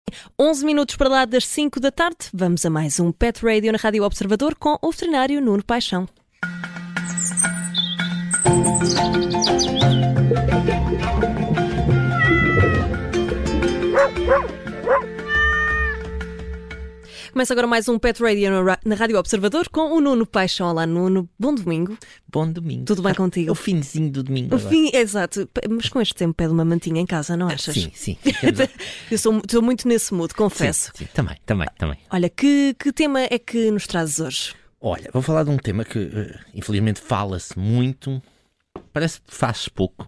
11 minutos para lá das 5 da tarde, vamos a mais um Pet Radio na Rádio Observador com o veterinário Nuno Paixão. Começa agora mais um Pet Radio na Rádio Observador com o Nuno Paixão. Olá, Nuno. Bom domingo. Bom domingo. Tudo bem contigo? É o finzinho do domingo. Exato. Mas com este tempo pede uma mantinha em casa, não achas? Sim. Eu estou muito nesse mood, confesso. Sim. Também. Olha, que tema é que nos trazes hoje? Olha, vou falar de um tema que infelizmente fala-se muito, parece que faz pouco,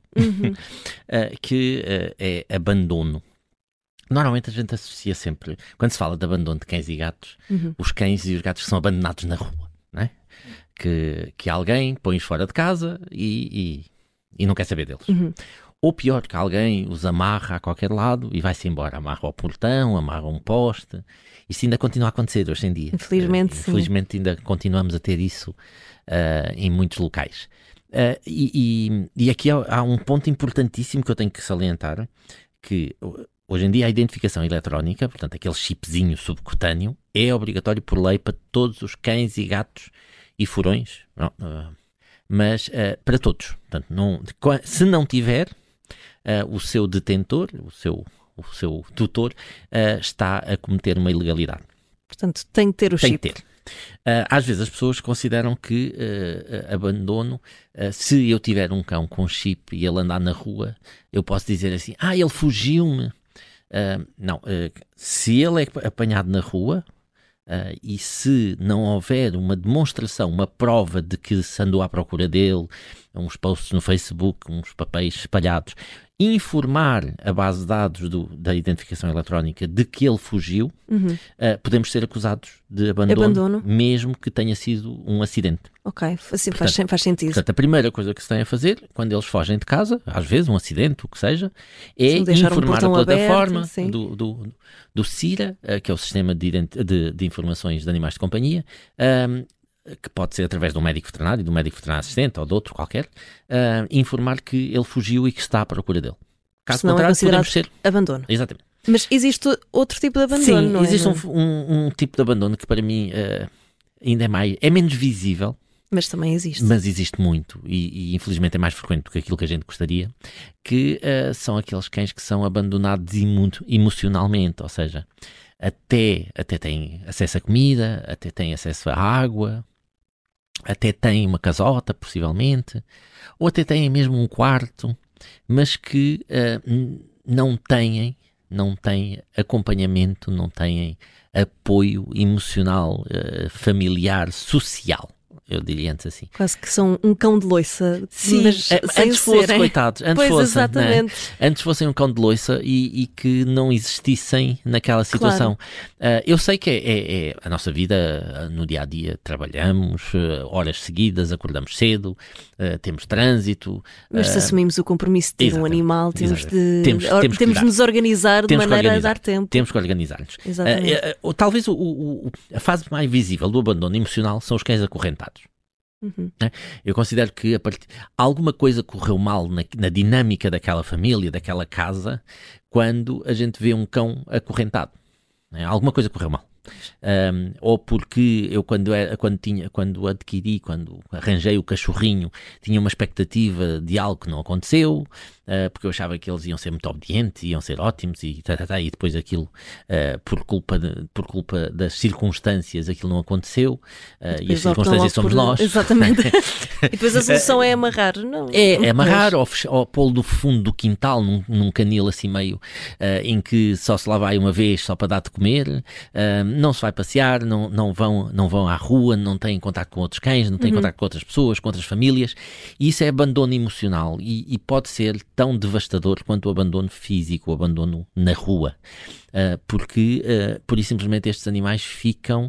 que é abandono. Normalmente a gente associa sempre, quando se fala de abandono de cães e gatos, os cães e os gatos que são abandonados na rua, não é? Que alguém põe-os fora de casa e não quer saber deles. Ou pior, que alguém os amarra a qualquer lado e vai-se embora. Amarra ao portão, amarra a um poste. Isso ainda continua a acontecer hoje em dia. Infelizmente, sim. Infelizmente ainda continuamos a ter isso em muitos locais. E aqui há um ponto importantíssimo que eu tenho que salientar, que hoje em dia a identificação eletrónica, portanto aquele chipzinho subcutâneo, é obrigatório por lei para todos os cães e gatos e furões, mas para todos. Portanto, se não tiver, o seu detentor, o seu tutor, está a cometer uma ilegalidade. Portanto, tem que ter o chip. Tem que ter. Às vezes as pessoas consideram que abandono, se eu tiver um cão com chip e ele andar na rua, eu posso dizer assim, ele fugiu-me. Não, se ele é apanhado na rua e se não houver uma demonstração, uma prova de que se andou à procura dele, uns posts no Facebook, uns papéis espalhados, informar a base de dados da identificação eletrónica de que ele fugiu, podemos ser acusados de abandono, mesmo que tenha sido um acidente. Ok, assim faz sentido. Portanto, a primeira coisa que se tem a fazer, quando eles fogem de casa, às vezes um acidente, o que seja, é informar a plataforma do CIRA, que é o Sistema de Informações de Animais de Companhia, que pode ser através de um médico veterinário, de um médico veterinário assistente ou de outro qualquer, informar que ele fugiu e que está à procura dele. Caso contrário, podemos ser abandono. Exatamente. Mas existe outro tipo de abandono, Sim, não é? existe um tipo de abandono que para mim ainda é menos visível. Mas também existe. Mas existe muito e infelizmente é mais frequente do que aquilo que a gente gostaria, que são aqueles cães que são abandonados emocionalmente, ou seja, até têm acesso a comida, até têm acesso a água, até têm uma casota, possivelmente, ou até têm mesmo um quarto, mas que não têm acompanhamento, não têm apoio emocional, familiar, social. Eu diria antes assim. Quase que são um cão de loiça. Sim, mas antes fossem, coitados. Exatamente. Antes fossem um cão de loiça e que não existissem naquela situação. Claro. Eu sei que a nossa vida no dia-a-dia. Trabalhamos horas seguidas, acordamos cedo, temos trânsito. Mas se assumimos o compromisso de ter um animal, temos de nos organizar de maneira a dar tempo. Temos que organizar-nos. Talvez a fase mais visível do abandono emocional são os cães acorrentados. Eu considero que alguma coisa correu mal na dinâmica daquela família, daquela casa, quando a gente vê um cão acorrentado. Alguma coisa correu mal. Ou porque eu quando arranjei o cachorrinho, tinha uma expectativa de algo que não aconteceu, porque eu achava que eles iam ser muito obedientes, iam ser ótimos e depois aquilo, por culpa das circunstâncias, aquilo não aconteceu, e as circunstâncias somos nós. Exatamente. E depois a solução é amarrar, não? É amarrar ou pô-lo no fundo do quintal, num canil assim meio, em que só se lá vai uma vez só para dar de comer, não se vai passear, não vão à rua, não têm contato com outros cães, não têm contato com outras pessoas, com outras famílias, e isso é abandono emocional e pode ser tão devastador quanto o abandono físico, o abandono na rua, porque por isso simplesmente estes animais ficam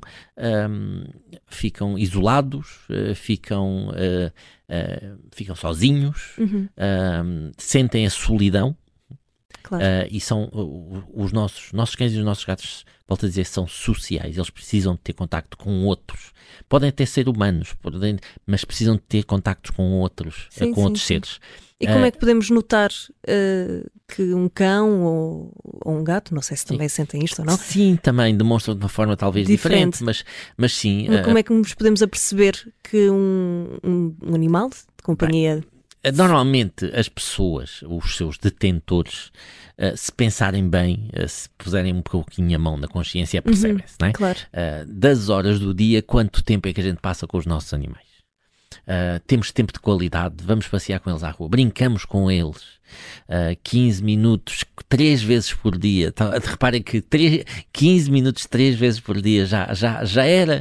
isolados, ficam sozinhos, sentem a solidão. Claro. E são os nossos cães e os nossos gatos, volto a dizer, são sociais. Eles precisam de ter contacto com outros. Podem até ser humanos, mas precisam de ter contactos com outros, outros seres. E como é que podemos notar que um cão ou um gato, não sei se também sentem isto ou não? Sim, também demonstram de uma forma talvez diferente, mas sim. Como é que nos podemos aperceber que um animal de companhia... Normalmente as pessoas, os seus detentores, se pensarem bem, se puserem um pouquinho a mão na consciência, percebem-se, não é? Claro. Das horas do dia, quanto tempo é que a gente passa com os nossos animais? Temos tempo de qualidade, vamos passear com eles à rua, brincamos com eles 15 minutos 3 vezes por dia. Reparem que 15 minutos 3 vezes por dia já era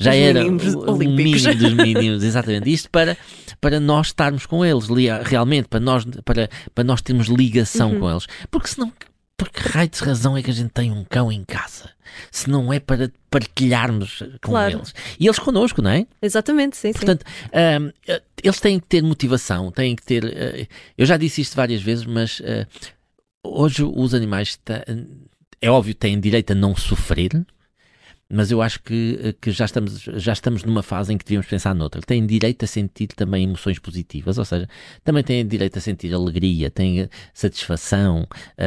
o mínimo dos mínimos, exatamente. Isto para nós estarmos com eles realmente, para nós termos ligação com eles, porque senão, por que raio de razão é que a gente tem um cão em casa? Se não é para partilharmos com eles. E eles connosco, não é? Exatamente, sim. Portanto, eles têm que ter motivação, têm que ter... eu já disse isto várias vezes, mas hoje os animais, é óbvio, têm direito a não sofrer, mas eu acho que já estamos numa fase em que devíamos pensar noutra. Têm direito a sentir também emoções positivas, ou seja, também têm direito a sentir alegria, têm satisfação,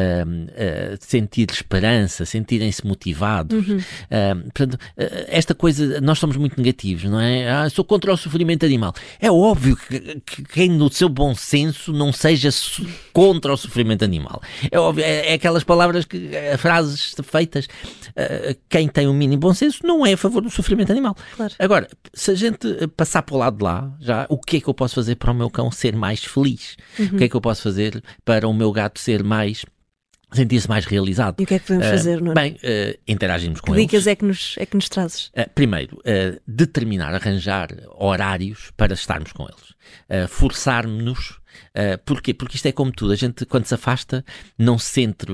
sentir esperança, sentirem-se motivados. Portanto, esta coisa, nós somos muito negativos, não é? Sou contra o sofrimento animal. É óbvio que quem no seu bom senso não seja contra o sofrimento animal. É óbvio, é aquelas palavras, frases feitas, quem tem o mínimo bom senso não é a favor do sofrimento animal. Claro. Agora, se a gente passar para o lado de lá, já, o que é que eu posso fazer para o meu cão ser mais feliz? O que é que eu posso fazer para o meu gato sentir-se mais realizado? E o que é que podemos fazer, não é? Bem, interagimos com eles. Que dicas é que nos trazes? Primeiro, arranjar horários para estarmos com eles. Forçarmos-nos. Porquê? Porque isto é como tudo, a gente quando se afasta não sente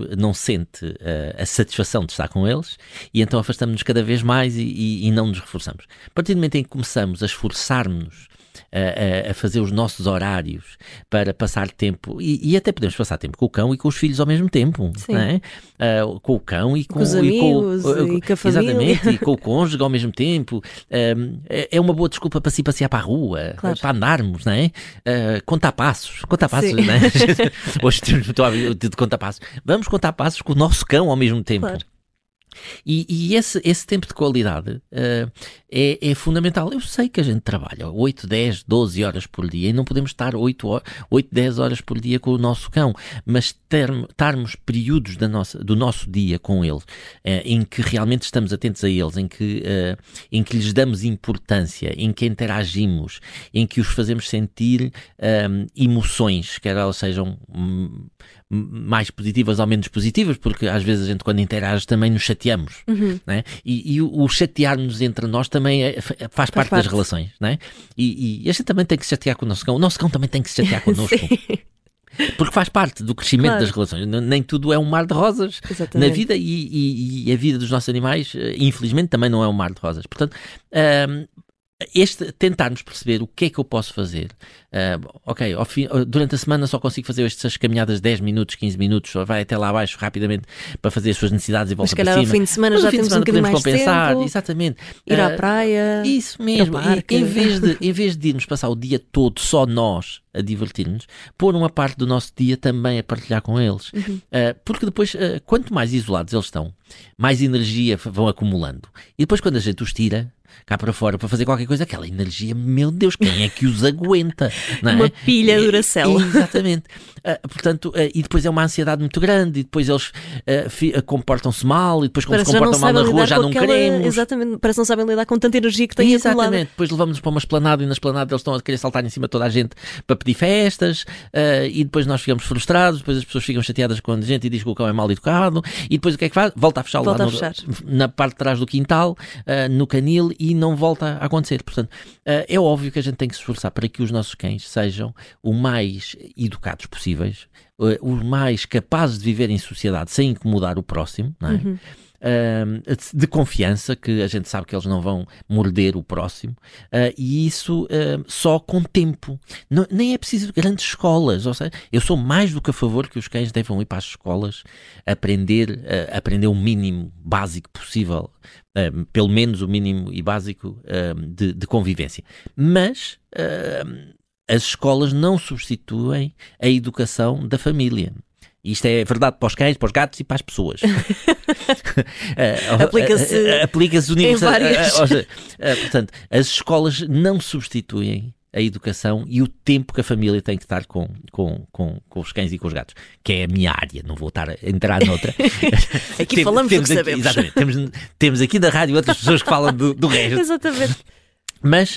a satisfação de estar com eles e então afastamos-nos cada vez mais e não nos reforçamos. A partir do momento em que começamos a esforçar-nos a fazer os nossos horários para passar tempo, e até podemos passar tempo com o cão e com os filhos ao mesmo tempo, não é? Com o cão e com os amigos e com a família. Exatamente, e com o cônjuge ao mesmo tempo. É uma boa desculpa para se passear para a rua, para andarmos, não é? Contar passos, não é? Hoje estou a ver de contar passos. Vamos contar passos com o nosso cão ao mesmo tempo. Claro. E esse tempo de qualidade é fundamental. Eu sei que a gente trabalha 8, 10, 12 horas por dia e não podemos estar 8, 10 horas por dia com o nosso cão, mas estarmos períodos do nosso dia com eles, em que realmente estamos atentos a eles, em que lhes damos importância, em que interagimos, em que os fazemos sentir emoções, quer elas sejam mais positivas ou menos positivas, porque às vezes a gente quando interage também nos chateamos, né? E o chatear-nos entre nós também faz parte das relações, né? E a gente também tem que se chatear com o nosso cão também tem que se chatear connosco. Porque faz parte do crescimento das relações. Nem tudo é um mar de rosas. Exatamente. Na vida e a vida dos nossos animais, infelizmente, também não é um mar de rosas. Portanto, tentarmos perceber o que é que eu posso fazer. Durante a semana só consigo fazer estas caminhadas de 10 minutos, 15 minutos, ou vai até lá abaixo rapidamente para fazer as suas necessidades e volta para cima. Mas se calhar ao fim de semana já temos um bocadinho mais compensar, tempo. Exatamente. Ir à praia. Isso mesmo. Em vez de irmos passar o dia todo só nós a divertir-nos, pôr uma parte do nosso dia também a partilhar com eles. Porque depois, quanto mais isolados eles estão, mais energia vão acumulando. E depois quando a gente os tira cá para fora para fazer qualquer coisa, aquela energia, meu Deus, quem é que os aguenta? Não é? Uma pilha Duracell. Exatamente. Portanto, e depois é uma ansiedade muito grande, e depois eles comportam-se mal, e depois como se comportam mal na rua já não queremos. Exatamente, parece que não sabem lidar com tanta energia que têm acumulada. Exatamente, depois levamos-nos para uma esplanada e na esplanada eles estão a querer saltar em cima de toda a gente para pedir festas, e depois nós ficamos frustrados, depois as pessoas ficam chateadas com a gente e dizem que o cão é mal educado, e depois o que é que faz? Volta a fechá-lo lá na parte de trás do quintal, no canil, e não volta a acontecer. Portanto, é óbvio que a gente tem que se esforçar para que os nossos cães sejam o mais educados possíveis, os mais capazes de viver em sociedade sem incomodar o próximo, não é? De confiança, que a gente sabe que eles não vão morder o próximo, e isso só com tempo. Nem é preciso grandes escolas. Ou seja, eu sou mais do que a favor que os cães devam ir para as escolas aprender o mínimo básico possível, pelo menos o mínimo e básico de convivência. Mas as escolas não substituem a educação da família. Isto é verdade para os cães, para os gatos e para as pessoas. Aplica-se em várias... portanto, as escolas não substituem a educação e o tempo que a família tem que estar com os cães e com os gatos, que é a minha área, não vou estar a entrar noutra. Aqui falamos do que sabemos. Exatamente, temos aqui da rádio outras pessoas que falam do resto. Exatamente. Mas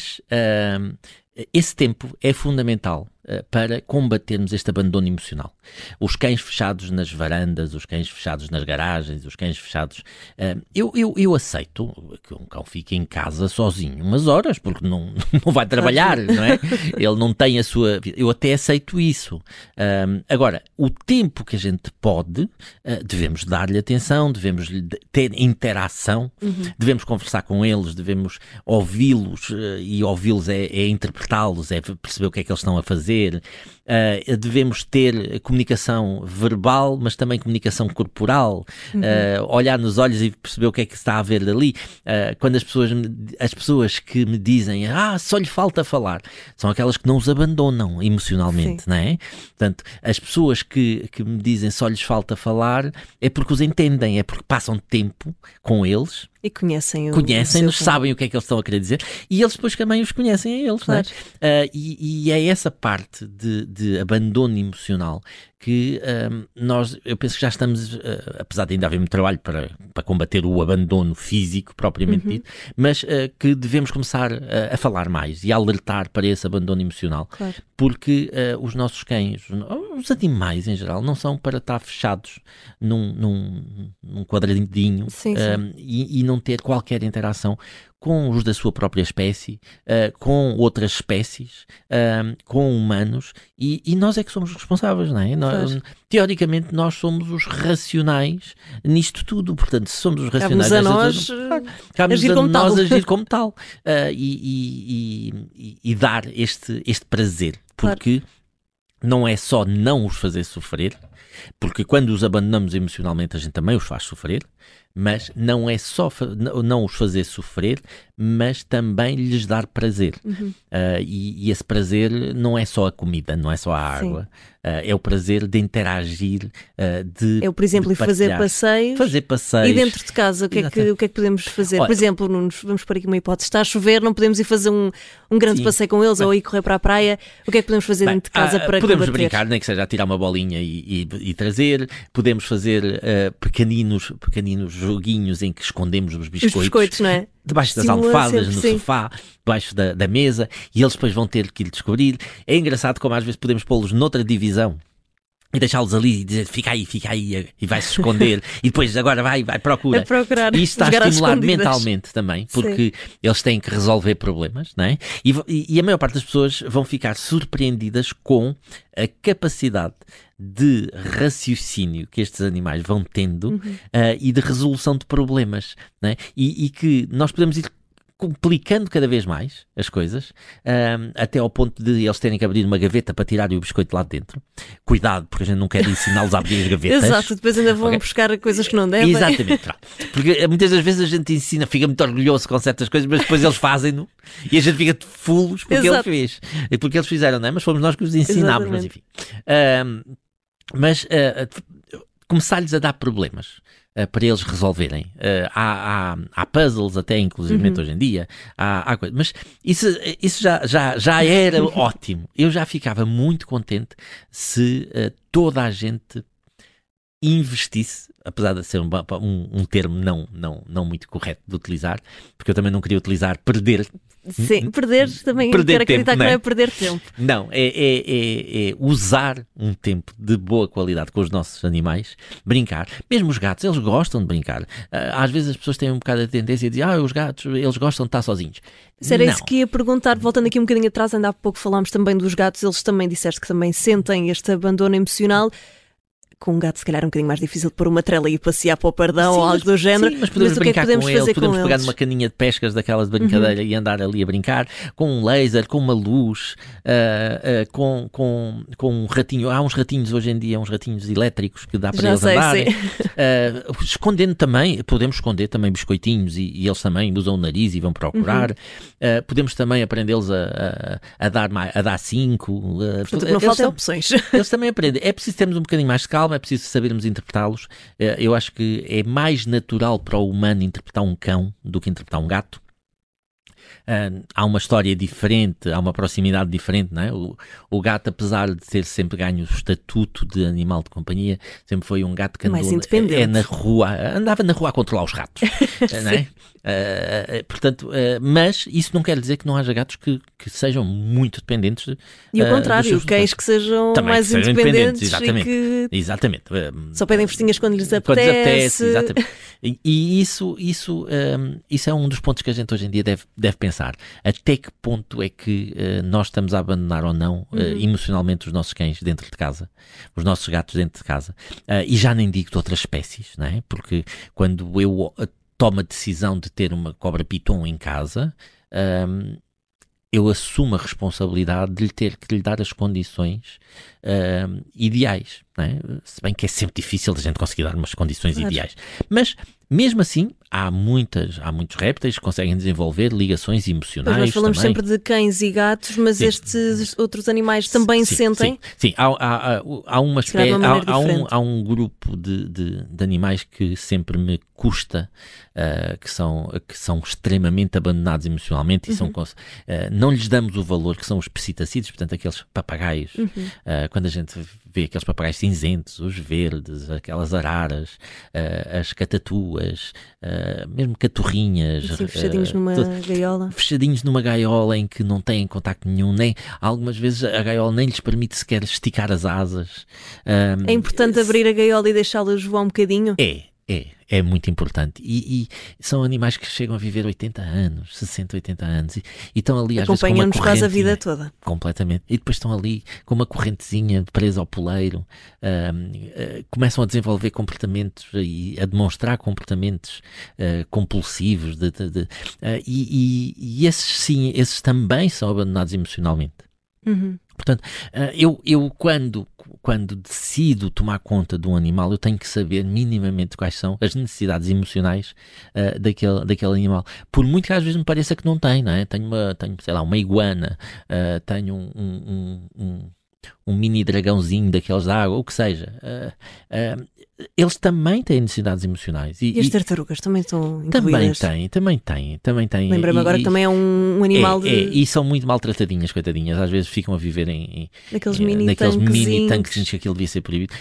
esse tempo é fundamental para combatermos este abandono emocional. Os cães fechados nas varandas, os cães fechados nas garagens, os cães fechados... Eu aceito que um cão fique em casa sozinho umas horas, porque não vai trabalhar, não é? Ele não tem a sua... Eu até aceito isso. Agora, o tempo que a gente pode, devemos dar-lhe atenção, devemos ter interação, devemos conversar com eles, devemos ouvi-los, e ouvi-los é interpretá-los, é perceber o que é que eles estão a fazer. Devemos ter comunicação verbal, mas também comunicação corporal, olhar nos olhos e perceber o que é que está a ver dali. Quando as pessoas que me dizem só lhe falta falar, são aquelas que não os abandonam emocionalmente, não é? Portanto, as pessoas que me dizem só lhes falta falar é porque os entendem, é porque passam tempo com eles. E conhecem-nos, sabem o que é que eles estão a querer dizer, e eles depois também os conhecem a eles, claro. Não é? E é essa parte de abandono emocional que eu penso que já estamos, apesar de ainda haver muito trabalho para combater o abandono físico propriamente dito, mas que devemos começar a falar mais e a alertar para esse abandono emocional, claro. Porque os nossos cães, os animais em geral, não são para estar fechados num quadradinho e não ter qualquer interação com os da sua própria espécie, com outras espécies, com humanos, e nós é que somos responsáveis, não é? Teoricamente, nós somos os racionais nisto tudo, portanto, se somos os racionais... Cabe-nos a nós agir como tal, e dar este prazer, porque não é só não os fazer sofrer, porque quando os abandonamos emocionalmente a gente também os faz sofrer, mas não é só não os fazer sofrer, mas também lhes dar prazer. E esse prazer não é só a comida, não é só a água, é o prazer de interagir, por exemplo, fazer passeios. Fazer passeios. E dentro de casa, o que é que podemos fazer? Por exemplo, vamos pôr aqui uma hipótese, está a chover, não podemos ir fazer um grande passeio com eles ou ir correr para a praia, o que é que podemos fazer dentro de casa para podemos combater? Brincar, nem que seja a tirar uma bolinha e trazer, podemos fazer pequeninos joguinhos em que escondemos os biscoitos, não é? Debaixo das almofadas, no sofá, debaixo da mesa, e eles depois vão ter que ir descobrir. É engraçado como às vezes podemos pô-los noutra divisão e deixá-los ali e dizer fica aí, e vai-se esconder e depois agora vai procura. E isto está a estimular mentalmente também, porque eles têm que resolver problemas, não é? E a maior parte das pessoas vão ficar surpreendidas com a capacidade de raciocínio que estes animais vão tendo e de resolução de problemas, não é? E que nós podemos ir complicando cada vez mais as coisas, até ao ponto de eles terem que abrir uma gaveta para tirarem o biscoito lá dentro. Cuidado, porque a gente não quer ensiná-los a abrir as gavetas. Exato, depois ainda vão buscar coisas que não devem. Exatamente, porque muitas das vezes a gente ensina, fica muito orgulhoso com certas coisas, mas depois eles fazem-no e a gente fica de fulos porque ele fez. E porque eles fizeram, não é? Mas fomos nós que os ensinámos, mas enfim. Começar-lhes a dar problemas para eles resolverem. Há puzzles até, inclusive, hoje em dia. Há coisas. Mas isso já era ótimo. Eu já ficava muito contente se toda a gente investisse, apesar de ser um termo não muito correto de utilizar, porque eu também não queria utilizar perder. Sim, perder também, quero acreditar que não é perder tempo. Não, é usar um tempo de boa qualidade com os nossos animais, brincar. Mesmo os gatos, eles gostam de brincar. Às vezes as pessoas têm um bocado de tendência a dizer, os gatos, eles gostam de estar sozinhos. Era isso que ia perguntar, voltando aqui um bocadinho atrás, ainda há pouco falámos também dos gatos, eles também disseste que também sentem este abandono emocional. Com um gato, se calhar, é um bocadinho mais difícil de pôr uma trela e ir passear para o pardão ou algo do género. Sim, mas podemos brincar com ele, podemos pegar numa caninha de pescas daquelas de brincadeira e andar ali a brincar, com um laser, com uma luz, com um ratinho. Há uns ratinhos hoje em dia, uns ratinhos elétricos que dá para eles andarem. Escondendo também, podemos esconder também biscoitinhos e eles também usam o nariz e vão procurar. Podemos também aprendê-los a dar 5. Portanto, não faltam opções. Eles também aprendem. É preciso termos um bocadinho mais de calma, é preciso sabermos interpretá-los. Eu acho que é mais natural para o humano interpretar um cão do que interpretar um gato. Há uma história diferente, há uma proximidade diferente, não é? O gato, apesar de ter sempre ganho o estatuto de animal de companhia, sempre foi um gato que andava na rua a controlar os ratos, não é? Portanto, mas isso não quer dizer que não haja gatos que sejam muito dependentes. E o contrário, cães que sejam também mais independentes exatamente, exatamente. Só pedem festinhas quando lhes apetece. Exatamente. E isso é um dos pontos que a gente hoje em dia deve pensar. Até que ponto é que nós estamos a abandonar ou não emocionalmente os nossos cães dentro de casa, os nossos gatos dentro de casa, e já nem digo de outras espécies, não é? Porque quando eu tomo a decisão de ter uma cobra piton em casa, eu assumo a responsabilidade de lhe ter que lhe dar as condições ideais, não é? Se bem que é sempre difícil a gente conseguir dar umas condições ideais, mas mesmo assim há muitos répteis que conseguem desenvolver ligações emocionais. Mas nós falamos também. sempre de cães e gatos, mas estes outros animais também sentem? Sim. Há uma espécie, há um grupo de animais que sempre me custa, que são extremamente abandonados emocionalmente e não lhes damos o valor, que são os psitacídeos, portanto aqueles papagaios. Quando a gente vê aqueles papagaios cinzentos, os verdes, aquelas araras, as catatuas, mesmo caturrinhas, fechadinhos numa gaiola. Fechadinhos numa gaiola em que não têm contacto nenhum, nem algumas vezes a gaiola nem lhes permite sequer esticar as asas. É importante abrir a gaiola e deixá-las voar um bocadinho? É muito importante. E são animais que chegam a viver 80 anos, 60, 80 anos e estão ali às vezes com uma corrente. Acompanham-nos quase a vida toda. Completamente. E depois estão ali com uma correntezinha presa ao poleiro, começam a desenvolver comportamentos e a demonstrar comportamentos compulsivos. E esses também são abandonados emocionalmente. Portanto, eu quando decido tomar conta de um animal, eu tenho que saber minimamente quais são as necessidades emocionais daquele animal. Por muito que às vezes me pareça que não tem, não é? Tenho sei lá, uma iguana, tenho um mini dragãozinho daqueles de água, o que seja. Eles também têm necessidades emocionais. E as tartarugas também estão incluídas? Também têm. Lembrei-me agora que também é um animal e são muito maltratadinhas, coitadinhas. Às vezes ficam a viver naqueles mini tanques que aquilo devia ser proibido.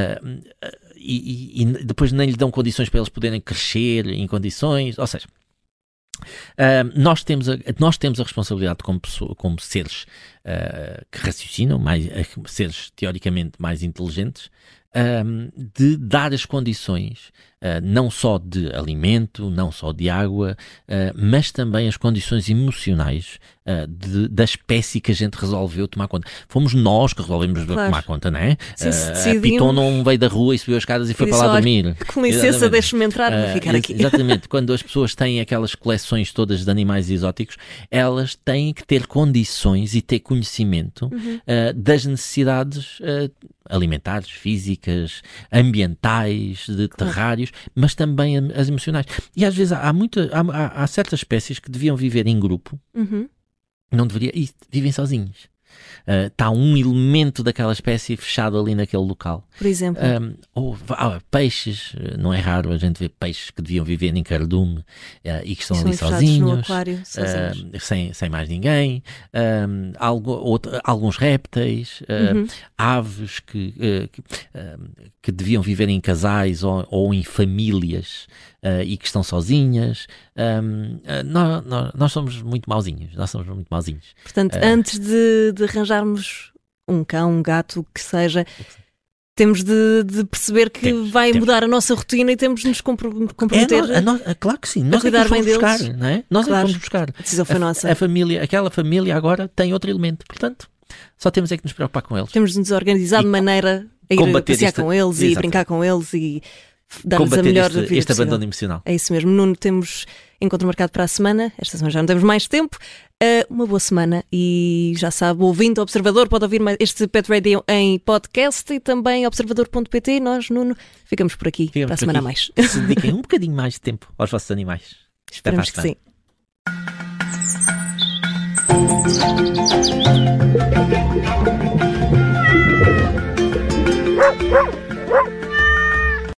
E depois nem lhes dão condições para eles poderem crescer em condições. Ou seja, nós temos a responsabilidade como seres que raciocinam, seres teoricamente mais inteligentes, de dar as condições não só de alimento, não só de água, mas também as condições emocionais da espécie que a gente resolveu tomar conta. Fomos nós que resolvemos tomar conta, não é? A Piton não veio da rua e subiu as escadas e foi para lá dormir. Com licença, deixe-me entrar, vou ficar aqui. Exatamente. Quando as pessoas têm aquelas coleções todas de animais exóticos, elas têm que ter condições e ter conhecimento das necessidades alimentares, físicas, ambientais, de terrários, mas também as emocionais. E às vezes há certas espécies que deviam viver em grupo, não deveria, e vivem sozinhos. Está um elemento daquela espécie fechado ali naquele local. Por exemplo? Peixes, não é raro a gente ver peixes que deviam viver em cardume e que estão ali sozinhos, no aquário, sem mais ninguém. Alguns répteis, aves que deviam viver em casais ou em famílias e que estão sozinhas. Nós somos muito mauzinhos. Portanto, antes de arranjarmos um cão, um gato, o que seja, temos de perceber que vai mudar a nossa rotina e temos de nos comprometer. Claro que sim. Nós é que fomos buscar, não é? Nós é que fomos buscar. A decisão foi nossa. Aquela família agora tem outro elemento. Portanto, só temos é que nos preocupar com eles. Temos de nos organizar de maneira a ir combater passear com eles e brincar com eles e dar-lhes a melhor vida este possível. abandono emocional. É isso mesmo. Nuno, temos encontro marcado para a semana. Esta semana já não temos mais tempo. Uma boa semana e já sabe, ouvindo o Observador, pode ouvir mais este Pet Radio em podcast e também observador.pt. Nós, Nuno, ficamos por aqui para a semana a mais. Se dediquem um bocadinho mais de tempo aos vossos animais. Esperamos que sim.